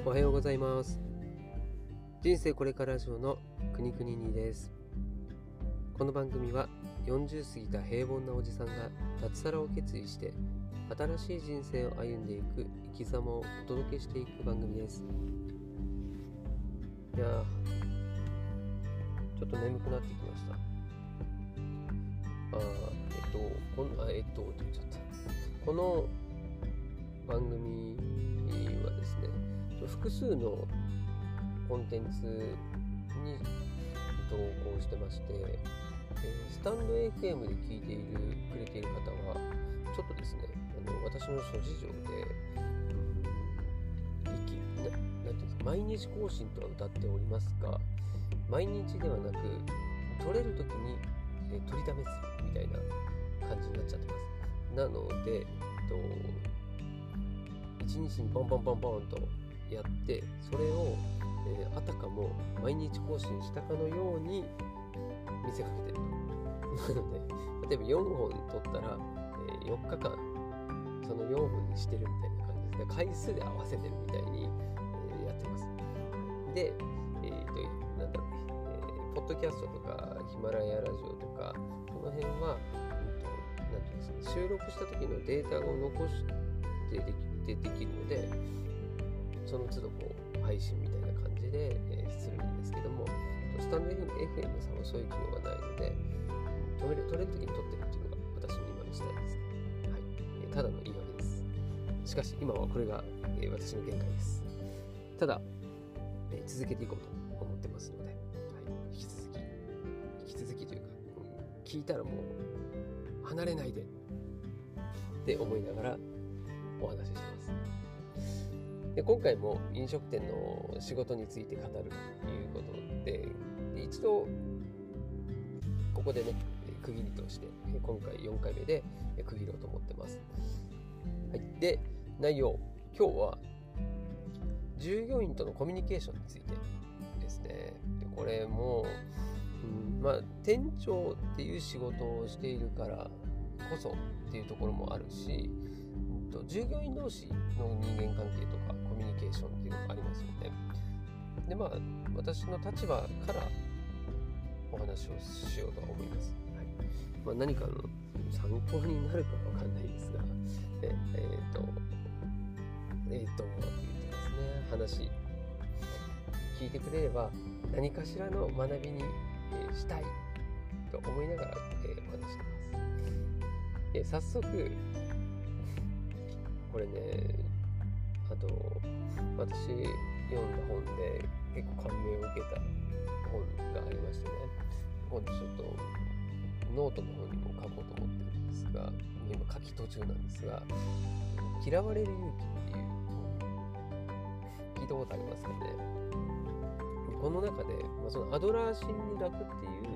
おはようございます。人生これからラジオのくにくににです。この番組は40過ぎた平凡なおじさんが脱サラを決意して新しい人生を歩んでいく生き様をお届けしていく番組です。いやちょっと眠くなってきました。この番組はですね、複数のコンテンツに投稿してまして、スタンド FM で聞いてくれている方はちょっとですね、私の諸事情でなんていうんですか、毎日更新とは歌っておりますが、毎日ではなく撮れる時に撮りだめするみたいな感じになっちゃってます。なので1日にボンボンボンボンとやって、それを、あたかも毎日更新したかのように見せかけてると。なので例えば4本撮ったら、4日間その4本にしてるみたいな感じで、回数で合わせてるみたいに、やってます。で、ポッドキャストとかヒマラヤラジオとかこの辺は、収録した時のデータを残してできるので、その都度配信みたいな感じでするんですけども、スタンド FM さんはそういう機能がないので、撮れる時に撮ってるっていうのが私の今のスタイルですね。はい、ただの言い訳です。しかし今はこれが、私の限界です。ただ、続けていこうと思ってますので、はい、引き続きというか、聞いたらもう離れないでって思いながらお話ししてます。で、今回も飲食店の仕事について語るということで、一度ここでね、区切りとして今回4回目で区切ろうと思ってます。はい、で、内容、今日は従業員とのコミュニケーションについてですね。で、これも、店長っていう仕事をしているからこそっていうところもあるし、従業員同士の人間関係とかコミュニケーションっていうのもありますよね。で、私の立場からお話をしようとは思います。はい、何かの参考になるかわかんないですが、言ってますね。話聞いてくれれば何かしらの学びにしたいと思いながらお話してます。早速これね、私読んだ本で結構感銘を受けた本がありましてね、今度ちょっとノートの方にも書こうと思ってるんですが、今書き途中なんですが、嫌われる勇気っていう聞いたことありますかね。この中で、そのアドラー心理学っていう、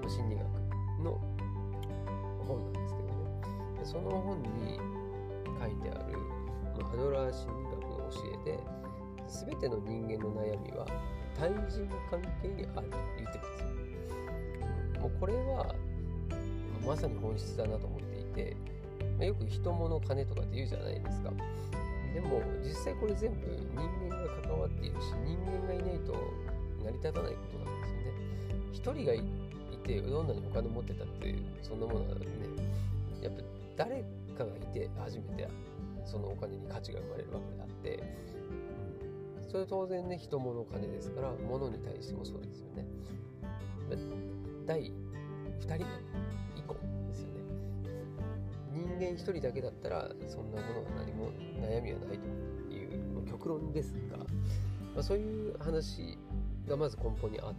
心理学の本なんですけどね、でその本に書いてある、アドラー心理学の教えで、全ての人間の悩みは対人関係にあると言ってるんですよ。もうこれはまさに本質だなと思っていて、よく人物金とかって言うじゃないですか。でも実際これ全部人間が関わっているし、人間がいないと成り立たないことなんですよね。一人がいてどんなにお金持ってたってそんなものはね、やっぱ誰かがいて初めてそのお金に価値が生まれるわけであって、それ当然ね、人物金ですから、物に対してもそうですよね。第2人目以降ですよね。人間一人だけだったらそんなものは何も悩みはないという極論ですが、そういう話がまず根本にあって、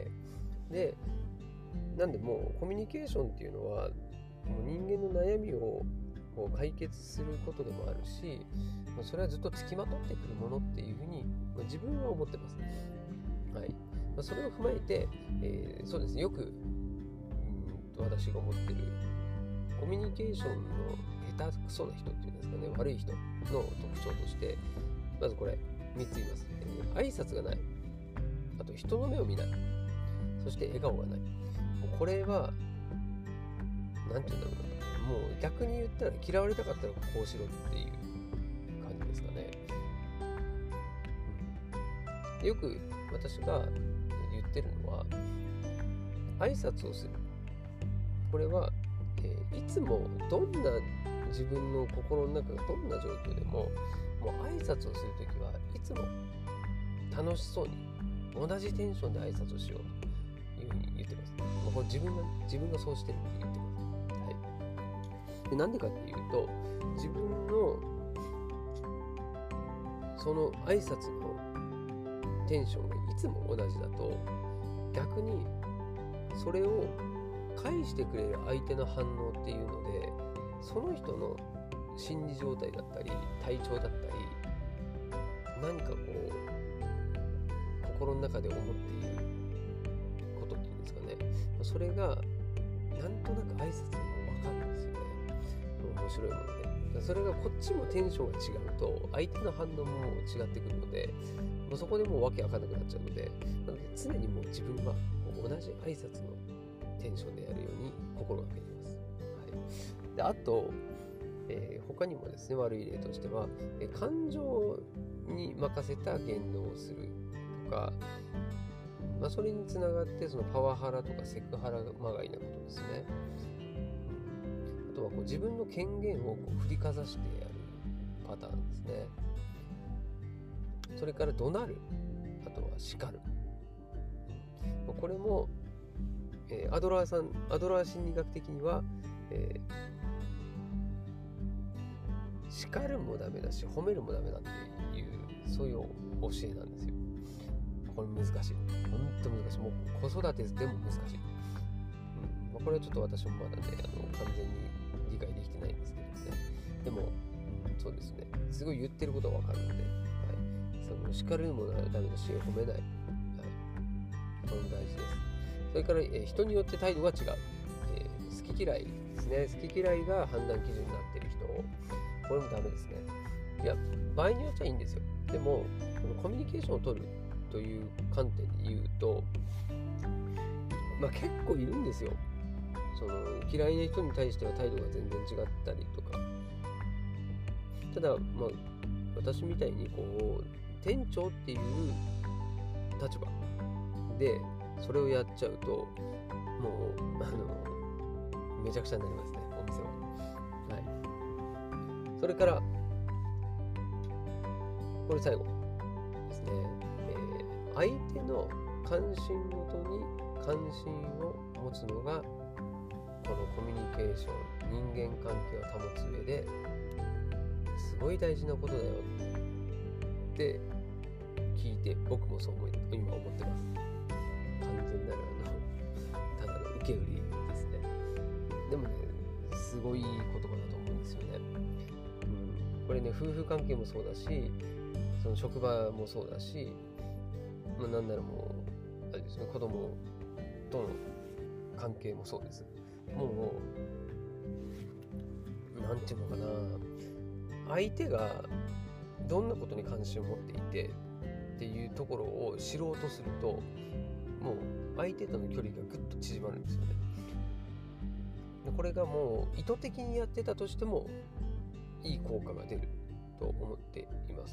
で、なんでもうコミュニケーションっていうのはもう人間の悩みを解決することでもあるし、それはずっとつきまとってくるものっていうふうに自分は思ってます。はい。それを踏まえて、そうですね、よく私が思ってるコミュニケーションの下手くそな人っていうんですかね、悪い人の特徴として、まずこれ3つ言います。挨拶がない、あと人の目を見ない、そして笑顔がない。これはなんていうんだろうな、もう逆に言ったら嫌われたかったらこうしろっていう感じですかね。 よく私が言ってるのは、挨拶をする。これは、いつもどんな自分の心の中がどんな状況でも、もう挨拶をするときはいつも楽しそうに同じテンションで挨拶をしようというふうに言ってます。もうこれ自分がそうしてるって言ってます。はい。で、なんでかっていうと、自分のその挨拶のテンションがいつも同じだと、逆にそれを返してくれる相手の反応っていうので、その人の心理状態だったり体調だったり、何かこう心の中で思っていることっていうんですかね、それがなんとなく挨拶でも分かるんですよね。面白いもので、それがこっちもテンションが違うと相手の反応も違ってくるので、そこでもうわけわかんなくなっちゃうので、常にもう自分は同じ挨拶のテンションでやるように心がけています。はい、であと、他にもですね、悪い例としては、感情に任せた言動をするとか、それにつながってそのパワハラとかセクハラまがいなことですね。あとは自分の権限を振りかざしてやるパターンですね。それから怒鳴る、あとは叱る。これも、アドラー心理学的には、叱るもダメだし褒めるもダメだっていう、そういう教えなんですよ。これ難しい、本当難しい。もう子育てでも難しい。これはちょっと私もまだね、完全に理解できてないんですけどね。でも、そうですね、すごい言ってることは分かるので、その叱るもダメだし褒めない、これも大事です。それから、人によって態度が違う、好き嫌いですね。好き嫌いが判断基準になっている人、これもダメですね。いや、場合によっちゃいいんですよ。でもこのコミュニケーションを取るという観点で言うと、結構いるんですよ。その嫌いな人に対しては態度が全然違ったりとか。ただ私みたいに店長っていう立場でそれをやっちゃうと、もうめちゃくちゃになりますね、お店は。はい。それからこれ最後ですね。相手の関心ごとに関心を持つのがこのコミュニケーション、人間関係を保つ上ですごい大事なことだよって聞いて、僕もそう今思ってます。完全なるただの受け売りですね。でもね、すごい言葉だと思うんですよね。これね、夫婦関係もそうだし、その職場もそうだし、なんならもうあれですね、子供との関係もそうです。もうなんていうのかな、相手がどんなことに関心を持っていてっていうところを知ろうとすると、もう相手との距離がぐっと縮まるんですよね。でこれがもう意図的にやってたとしてもいい効果が出ると思っています。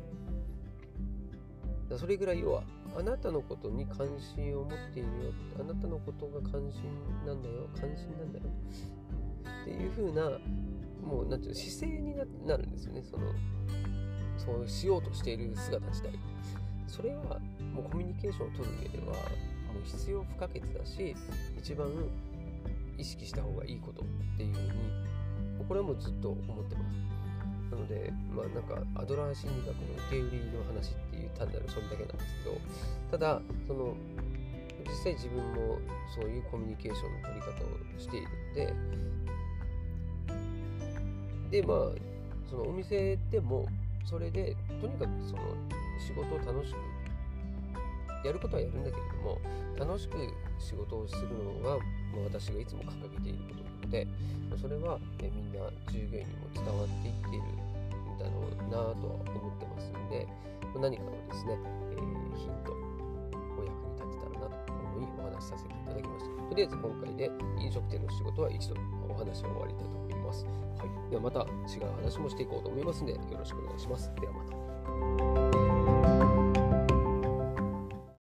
それぐらい、要はあなたのことに関心を持っているよ、あなたのことが関心なんだよっていう風な、もうなんていう姿勢に なるんですよね。そうしようとしている姿自体。それはもうコミュニケーションを取る上ではもう必要不可欠だし、一番意識した方がいいことっていう風に、これはもうずっと思ってます。なので、なんかアドラー心理学の受け売りの話っていう単なるそれだけなんですけど、ただ実際自分もそういうコミュニケーションの取り方をしているので、そのお店でもそれでとにかくその仕事を楽しくやることはやるんだけれども、楽しく仕事をするのが私がいつも掲げていることなので、それはみんな従業員にも伝わっていっているんだろうなとは思ってますので、何かのですね、ヒントお役に立てたらなと思いお話しさせていただきました。とりあえず今回で飲食店の仕事は一度お話を終わりたいと思います。はい、ではまた違う話もしていこうと思いますのでよろしくお願いします。ではまた。